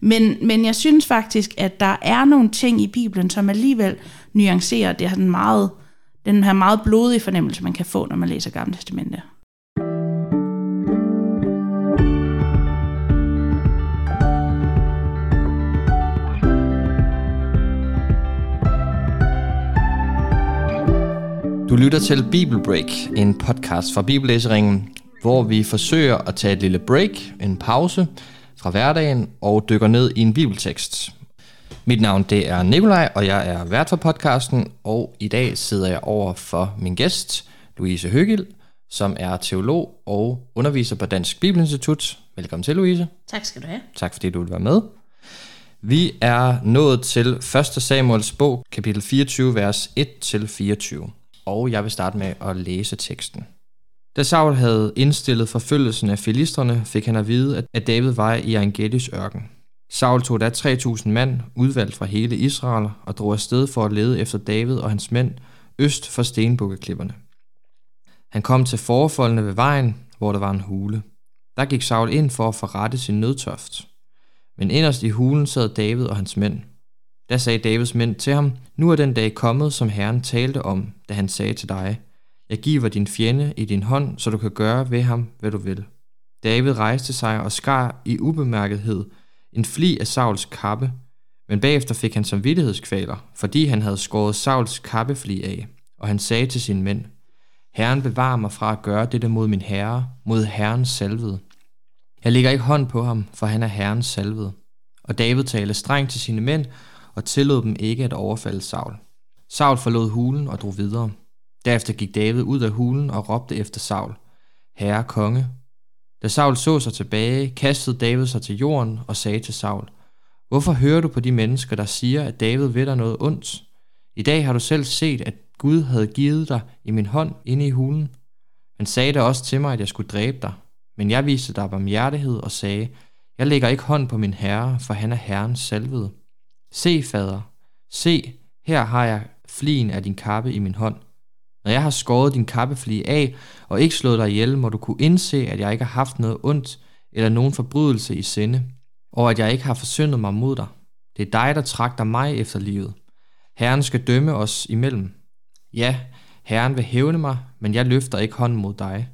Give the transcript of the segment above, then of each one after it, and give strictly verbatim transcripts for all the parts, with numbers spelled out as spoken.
Men, men jeg synes faktisk, at der er nogle ting i Bibelen, som alligevel nuancerer det her den, meget, den her meget blodige fornemmelse, man kan få, når man læser Gamle Testamente. Du lytter til Bibelbreak, en podcast fra Bibellæseringen, hvor vi forsøger at tage et lille break, en pause fra hverdagen og dykker ned i en bibeltekst. Mit navn det er Nikolaj, og jeg er vært for podcasten, og i dag sidder jeg over for min gæst, Louise Høgild, som er teolog og underviser på Dansk Bibelinstitut. Velkommen til, Louise. Tak skal du have. Tak fordi du vil være med. Vi er nået til første Samuels bog, kapitel fireogtyve, vers et til fireogtyve. Og jeg vil starte med at læse teksten. Da Saul havde indstillet forfølgelsen af filistrene, fik han at vide, at David var i En-Gedis ørken. Saul tog da tre tusind mand, udvalgt fra hele Israel, og drog afsted for at lede efter David og hans mænd øst for stenbukkeklipperne. Han kom til forfoldene ved vejen, hvor der var en hule. Der gik Saul ind for at forrette sin nødtørft. Men inderst i hulen sad David og hans mænd. Da sagde Davids mænd til ham, nu er den dag kommet, som Herren talte om, da han sagde til dig, jeg giver din fjende i din hånd, så du kan gøre ved ham, hvad du vil. David rejste sig og skar i ubemærkethed en flig af Sauls kappe, men bagefter fik han samvittighedskvaler, fordi han havde skåret Sauls kappeflig af, og han sagde til sine mænd, Herren bevarer mig fra at gøre dette mod min herre, mod Herrens salvede. Jeg lægger ikke hånd på ham, for han er Herrens salvede. Og David talte strengt til sine mænd, og tillod dem ikke at overfalde Saul. Saul forlod hulen og drog videre. Derefter gik David ud af hulen og råbte efter Saul, Herre konge. Da Saul så sig tilbage, kastede David sig til jorden og sagde til Saul, hvorfor hører du på de mennesker, der siger, at David vil dig noget ondt? I dag har du selv set, at Gud havde givet dig i min hånd inde i hulen. Han sagde da også til mig, at jeg skulle dræbe dig. Men jeg viste dig barmhjertighed og sagde, jeg lægger ikke hånd på min herre, for han er Herrens salvede. Se, fader, se, her har jeg flien af din kappe i min hånd. Når jeg har skåret din kappeflige af og ikke slået dig ihjel, må du kunne indse, at jeg ikke har haft noget ondt eller nogen forbrydelse i sinde, og at jeg ikke har forsyndet mig mod dig. Det er dig, der tragter mig efter livet. Herren skal dømme os imellem. Ja, Herren vil hævne mig, men jeg løfter ikke hånden mod dig.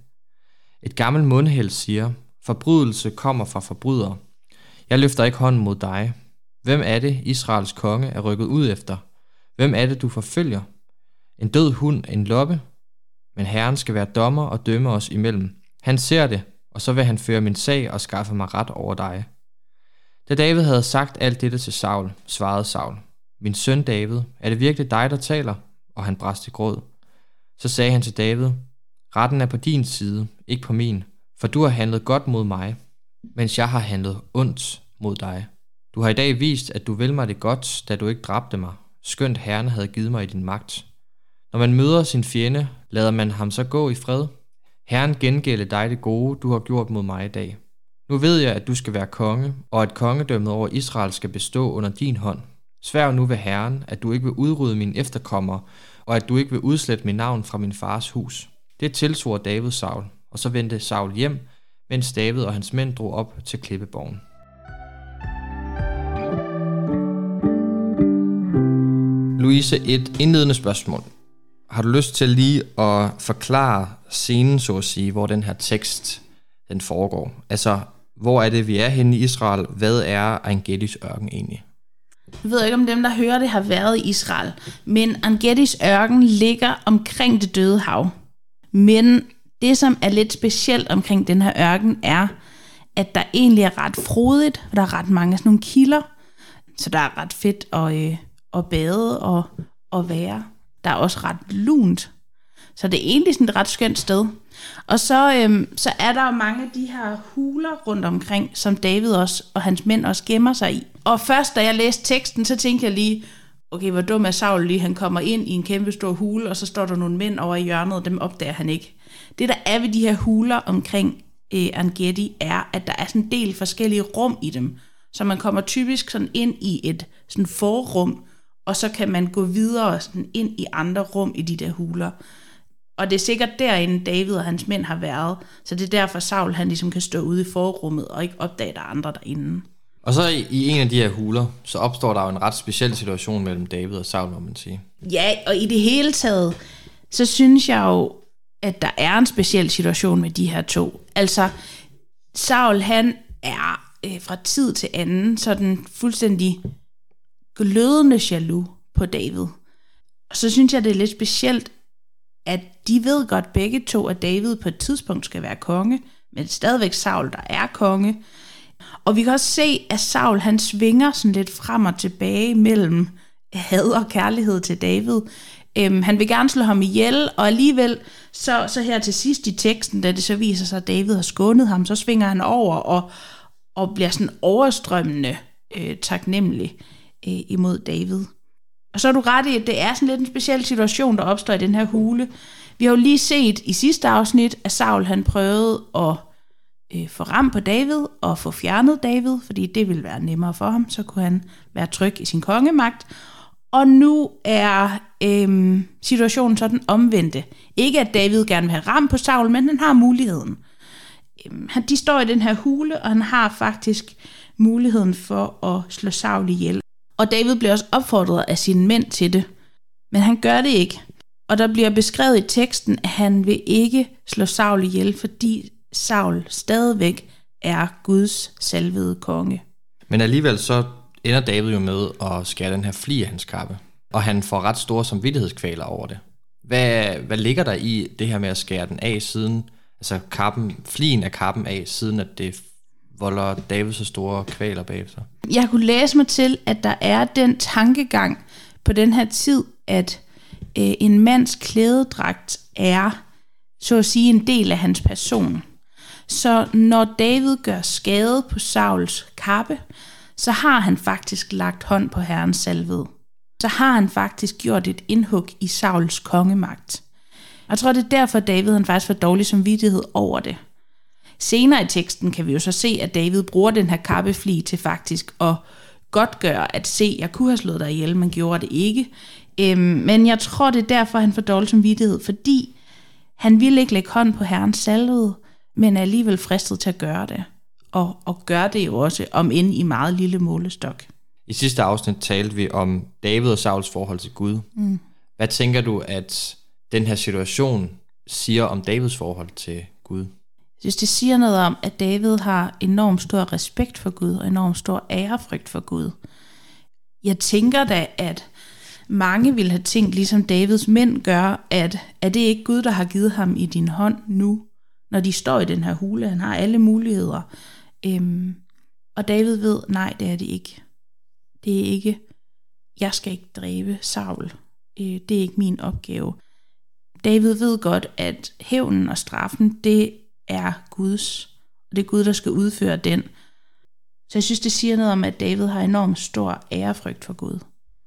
Et gammelt mundheld siger, forbrydelse kommer fra forbrydere. Jeg løfter ikke hånden mod dig. Hvem er det, Israels konge er rykket ud efter? Hvem er det, du forfølger? En død hund, en loppe? Men Herren skal være dommer og dømme os imellem. Han ser det, og så vil han føre min sag og skaffe mig ret over dig. Da David havde sagt alt dette til Saul, svarede Saul, min søn David, er det virkelig dig, der taler? Og han brast i gråd. Så sagde han til David, retten er på din side, ikke på min, for du har handlet godt mod mig, mens jeg har handlet ondt mod dig. Du har i dag vist, at du vil mig det godt, da du ikke dræbte mig, skønt Herren havde givet mig i din magt. Når man møder sin fjende, lader man ham så gå i fred. Herren gengælde dig det gode, du har gjort mod mig i dag. Nu ved jeg, at du skal være konge, og at kongedømmet over Israel skal bestå under din hånd. Sværg nu ved Herren, at du ikke vil udrydde mine efterkommere, og at du ikke vil udslette mit navn fra min fars hus. Det tilsvor David Saul, og så vendte Saul hjem, mens David og hans mænd drog op til klippeborgen. Louise, et indledende spørgsmål. Har du lyst til lige at forklare scenen, så at sige, hvor den her tekst den foregår? Altså, hvor er det, vi er henne i Israel? Hvad er En-Gedis ørken egentlig? Jeg ved ikke, om dem, der hører det, har været i Israel. Men En-Gedis ørken ligger omkring Det Døde Hav. Men det, som er lidt specielt omkring den her ørken, er, at der egentlig er ret frodigt, og der er ret mange sådan nogle kilder. Så der er ret fedt at, øh, at bade og at være. Der er også ret lunt. Så det er egentlig sådan et ret skønt sted. Og så, øhm, så er der jo mange af de her huler rundt omkring, som David også og hans mænd også gemmer sig i. Og først, da jeg læste teksten, så tænkte jeg lige, okay, hvor dum er Saul lige, han kommer ind i en kæmpe stor hule, og så står der nogle mænd over i hjørnet, og dem opdager han ikke. Det, der er ved de her huler omkring øh, En-Gedi, er, at der er sådan en del forskellige rum i dem. Så man kommer typisk sådan ind i et sådan forrum, og så kan man gå videre sådan ind i andre rum i de der huler. Og det er sikkert derinde, David og hans mænd har været, så det er derfor Saul han ligesom kan stå ude i forrummet og ikke opdage, der er andre derinde. Og så i, i en af de her huler, så opstår der jo en ret speciel situation mellem David og Saul, må man sige. Ja, og i det hele taget, så synes jeg jo, at der er en speciel situation med de her to. Altså, Saul, han er øh, fra tid til anden sådan fuldstændig glødende jaloux på David. Og så synes jeg, det er lidt specielt, at de ved godt begge to, at David på et tidspunkt skal være konge, men det er stadigvæk Saul, der er konge. Og vi kan også se, at Saul, han svinger sådan lidt frem og tilbage mellem had og kærlighed til David. Øhm, han vil gerne slå ham ihjel, og alligevel, så, så her til sidst i teksten, da det så viser sig, at David har skånet ham, så svinger han over og, og bliver sådan overstrømmende øh, taknemmelig øh, imod David. Og så er du ret i, at det er sådan lidt en speciel situation, der opstår i den her hule. Vi har jo lige set i sidste afsnit, at Saul han prøvede at øh, få ram på David og få fjernet David, fordi det ville være nemmere for ham, så kunne han være tryg i sin kongemagt. Og nu er øh, situationen så den omvendte. Ikke at David gerne vil have ram på Saul, men han har muligheden. Øh, de står i den her hule, og han har faktisk muligheden for at slå Saul ihjel. Og David bliver også opfordret af sine mænd til det. Men han gør det ikke. Og der bliver beskrevet i teksten, at han vil ikke slå Saul ihjel, fordi Saul stadigvæk er Guds salvede konge. Men alligevel så ender David jo med at skære den her fli af hans kappe. Og han får ret store samvittighedskvaler over det. Hvad, hvad ligger der i det her med at skære den af siden, altså kappen, flien af kappen af, siden at det volder David så store kvaler bagefter? Jeg kunne læse mig til, at der er den tankegang på den her tid, at øh, en mands klædedragt er, så at sige, en del af hans person. Så når David gør skade på Sauls kappe, så har han faktisk lagt hånd på Herrens salvede. Så har han faktisk gjort et indhug i Sauls kongemagt. Jeg tror, det er derfor, David han faktisk får dårlig samvittighed over det. Senere i teksten kan vi jo så se, at David bruger den her kappefli til faktisk at godtgøre, at se, jeg kunne have slået dig ihjel, men gjorde det ikke. Øhm, men jeg tror, det er derfor, han får dårlig samvittighed, fordi han ville ikke lægge hånd på Herrens salvede, men er alligevel fristet til at gøre det. Og, og gør det jo også, om end i meget lille målestok. I sidste afsnit talte vi om David og Sauls forhold til Gud. Mm. Hvad tænker du, at den her situation siger om Davids forhold til Gud? Jeg synes, det siger noget om, at David har enormt stor respekt for Gud, og enormt stor ærefrygt for Gud. Jeg tænker da, at mange ville have tænkt, ligesom Davids mænd gør, at er det ikke Gud, der har givet ham i din hånd nu, når de står i den her hule, han har alle muligheder. Øhm, og David ved, nej, det er det ikke. Det er ikke, jeg skal ikke dræbe Saul. Øh, det er ikke min opgave. David ved godt, at hævnen og straffen, det er Guds, og det er Gud, der skal udføre den. Så jeg synes, det siger noget om, at David har enormt stor ærefrygt for Gud.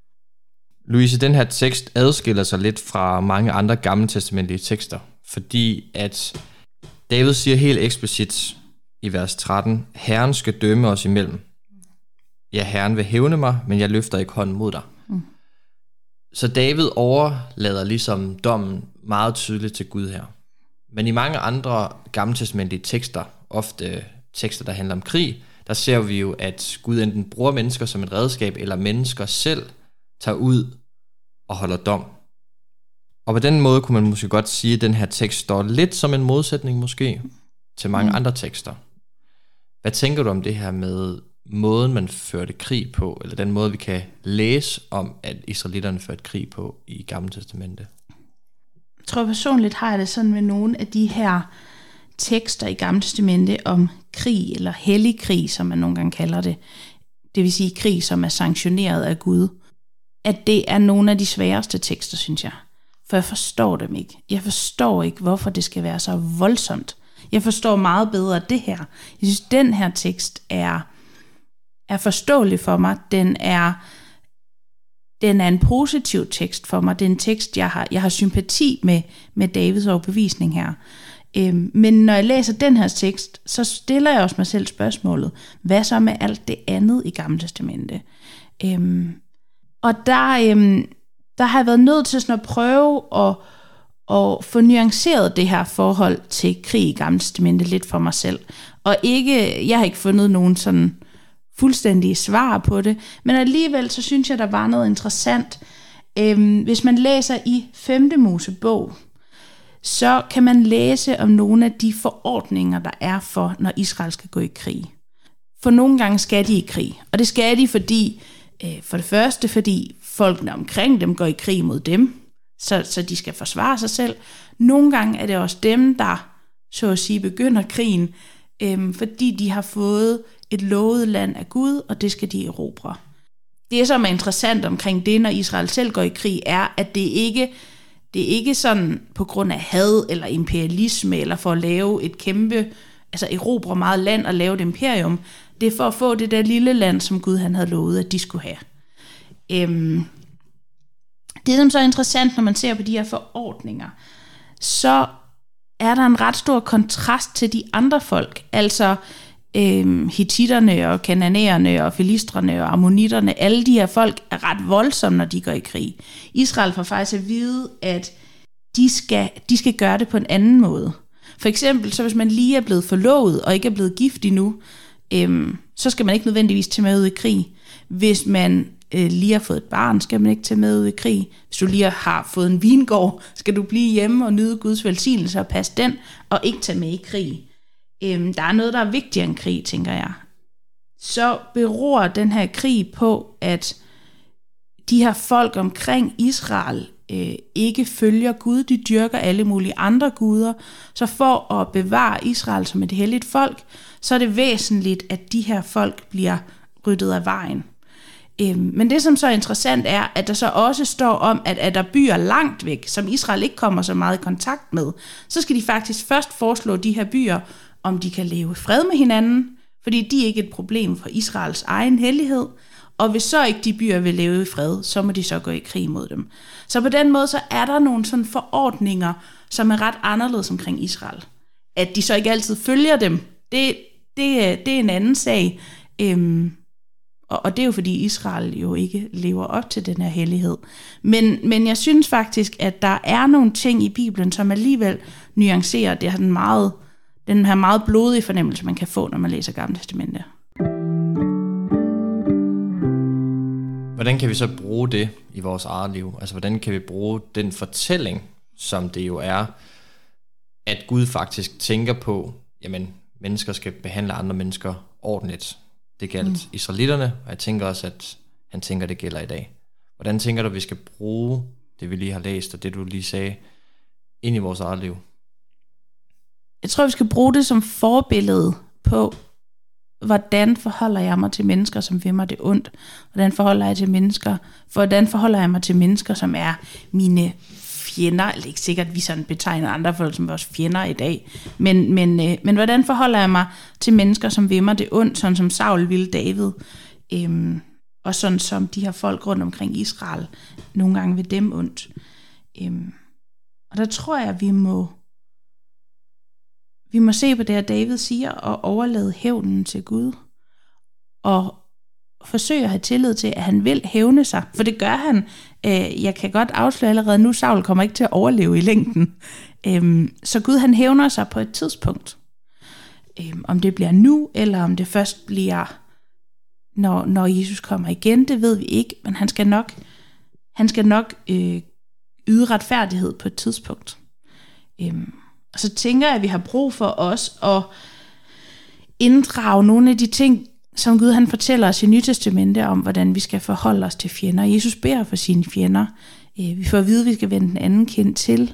Louise, den her tekst adskiller sig lidt fra mange andre gammeltestamentlige tekster, fordi at David siger helt eksplicit i vers tretten, Herren skal dømme os imellem. Ja, Herren vil hævne mig, men jeg løfter ikke hånden mod dig. Mm. Så David overlader ligesom dommen meget tydeligt til Gud her. Men i mange andre gammeltestamentlige tekster, ofte tekster, der handler om krig, der ser vi jo, at Gud enten bruger mennesker som et redskab, eller mennesker selv tager ud og holder dom. Og på den måde kunne man måske godt sige, at den her tekst står lidt som en modsætning måske til mange mm. andre tekster. Hvad tænker du om det her med måden, man førte krig på, eller den måde, vi kan læse om, at israelitterne førte krig på i Gamle Testamente? Jeg tror personligt har jeg det sådan med nogle af de her tekster i Gamle Testamente om krig, eller hellig krig, som man nogle gange kalder det. Det vil sige krig, som er sanktioneret af Gud. At det er nogle af de sværeste tekster, synes jeg. For jeg forstår dem ikke. Jeg forstår ikke, hvorfor det skal være så voldsomt. Jeg forstår meget bedre det her. Jeg synes, den her tekst er, er forståelig for mig. Den er, den er en positiv tekst for mig. Det er en tekst, jeg har, jeg har sympati med, med Davids overbevisning her. Øhm, men når jeg læser den her tekst, så stiller jeg også mig selv spørgsmålet, hvad så med alt det andet i Gamle Testamente? Øhm, og der, øhm, der har jeg været nødt til sådan at prøve at, at få nuanceret det her forhold til krig i Gamle Testamente lidt for mig selv. Og ikke, jeg har ikke fundet nogen sådan fuldstændige svar på det, men alligevel så synes jeg, der var noget interessant. Øhm, hvis man læser i femte Mosebog, så kan man læse om nogle af de forordninger, der er for, når Israel skal gå i krig. For nogle gange skal de i krig, og det skal de, fordi øh, for det første, fordi folkene omkring dem går i krig mod dem, så, så de skal forsvare sig selv. Nogle gange er det også dem, der så at sige begynder krigen, øh, fordi de har fået et lovet land af Gud, og det skal de erobre. Det, som er interessant omkring det, når Israel selv går i krig, er, at det ikke det er ikke sådan på grund af had eller imperialisme, eller for at lave et kæmpe, altså erobre meget land og lave et imperium. Det er for at få det der lille land, som Gud han havde lovet, at de skulle have. Øhm, det, som så er interessant, når man ser på de her forordninger, så er der en ret stor kontrast til de andre folk, altså øhm, hittitterne og kananæerne og filistrene og ammonitterne. Alle de her folk er ret voldsomme, når de går i krig. Israel får faktisk at vide, at de skal, de skal gøre det på en anden måde. For eksempel, så hvis man lige er blevet forlovet og ikke er blevet gift endnu, øhm, så skal man ikke nødvendigvis tage med ud i krig. Hvis man øh, lige har fået et barn, skal man ikke tage med ud i krig. Hvis du lige har fået en vingård, skal du blive hjemme og nyde Guds velsignelse og passe den, og ikke tage med i krig. Øhm, der er noget, der er vigtigere end krig, tænker jeg. Så beror den her krig på, at de her folk omkring Israel øh, ikke følger Gud, de dyrker alle mulige andre guder. Så for at bevare Israel som et helligt folk, så er det væsentligt, at de her folk bliver ryddet af vejen. Øhm, men det, som så er interessant, er, at der så også står om, at er der byer langt væk, som Israel ikke kommer så meget i kontakt med, så skal de faktisk først foreslå de her byer, om de kan leve i fred med hinanden, fordi de er ikke et problem for Israels egen hellighed, og hvis så ikke de byer vil leve i fred, så må de så gå i krig mod dem. Så på den måde, så er der nogle sådan forordninger, som er ret anderledes omkring Israel. At de så ikke altid følger dem, det, det, det er en anden sag, øhm, og, og det er jo fordi Israel jo ikke lever op til den her hellighed. Men, men jeg synes faktisk, at der er nogle ting i Bibelen, som alligevel nuancerer det her den meget den her meget blodige fornemmelse, man kan få, når man læser Gamle Testamente. Hvordan kan vi så bruge det i vores eget liv? Altså, hvordan kan vi bruge den fortælling, som det jo er, at Gud faktisk tænker på, jamen, mennesker skal behandle andre mennesker ordentligt. Det gælder mm. israelitterne, og jeg tænker også, at han tænker, det gælder i dag. Hvordan tænker du, at vi skal bruge det, vi lige har læst, og det, du lige sagde, ind i vores eget liv? Jeg tror, vi skal bruge det som forbillede på, hvordan forholder jeg mig til mennesker, som vil mig det ondt? Hvordan forholder jeg til mennesker? Hvordan forholder jeg mig til mennesker, som er mine fjender? Eller ikke sikkert, at vi sådan betegner andre folk som vores fjender i dag. Men, men, øh, men hvordan forholder jeg mig til mennesker, som vil mig det ondt? Sådan som Saul ville David. Øhm, og sådan som de her folk rundt omkring Israel nogle gange vil dem ondt. Øhm, og der tror jeg, at vi må... Vi må se på det, at David siger, og overlade hævnen til Gud. Og forsøge at have tillid til, at han vil hævne sig. For det gør han. Jeg kan godt afsløre allerede nu, Saul kommer ikke til at overleve i længden. Så Gud han hævner sig på et tidspunkt. Om det bliver nu, eller om det først bliver, når, når Jesus kommer igen, det ved vi ikke. Men han skal nok, han skal nok øh, yde retfærdighed på et tidspunkt. Og så tænker jeg, at vi har brug for os at inddrage nogle af de ting, som Gud han fortæller os i Nye Testamente om, hvordan vi skal forholde os til fjender. Jesus beder for sine fjender. Vi får at vide, at vi skal vende den anden kind til.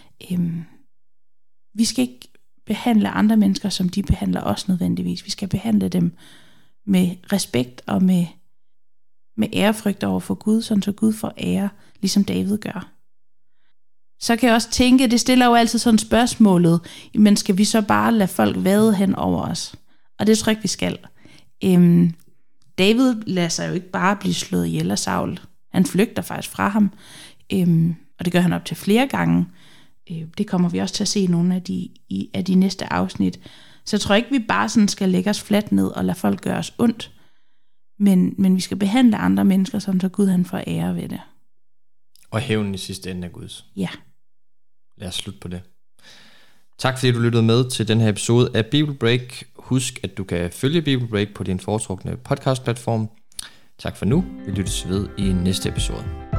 Vi skal ikke behandle andre mennesker, som de behandler os nødvendigvis. Vi skal behandle dem med respekt og med, med ærefrygt over for Gud, sådan så Gud får ære, ligesom David gør. Så kan jeg også tænke, det stiller jo altid sådan spørgsmålet, men skal vi så bare lade folk vade hen over os? Og det tror jeg ikke, vi skal. Øhm, David lader sig jo ikke bare blive slået ihjel af Saul. Han flygter faktisk fra ham, øhm, og det gør han op til flere gange. Øh, det kommer vi også til at se i nogle af de, i, af de næste afsnit. Så jeg tror ikke, vi bare sådan skal lægge os fladt ned og lade folk gøre os ondt. Men, men vi skal behandle andre mennesker, sådan så Gud han får ære ved det. Og hævnen i sidste ende er Guds. Ja. Lad os slutte på det. Tak fordi du lyttede med til den her episode af Bibelbreak. Husk, at du kan følge Bibelbreak på din foretrukne podcastplatform. Tak for nu. Vi lyttes ved i næste episode.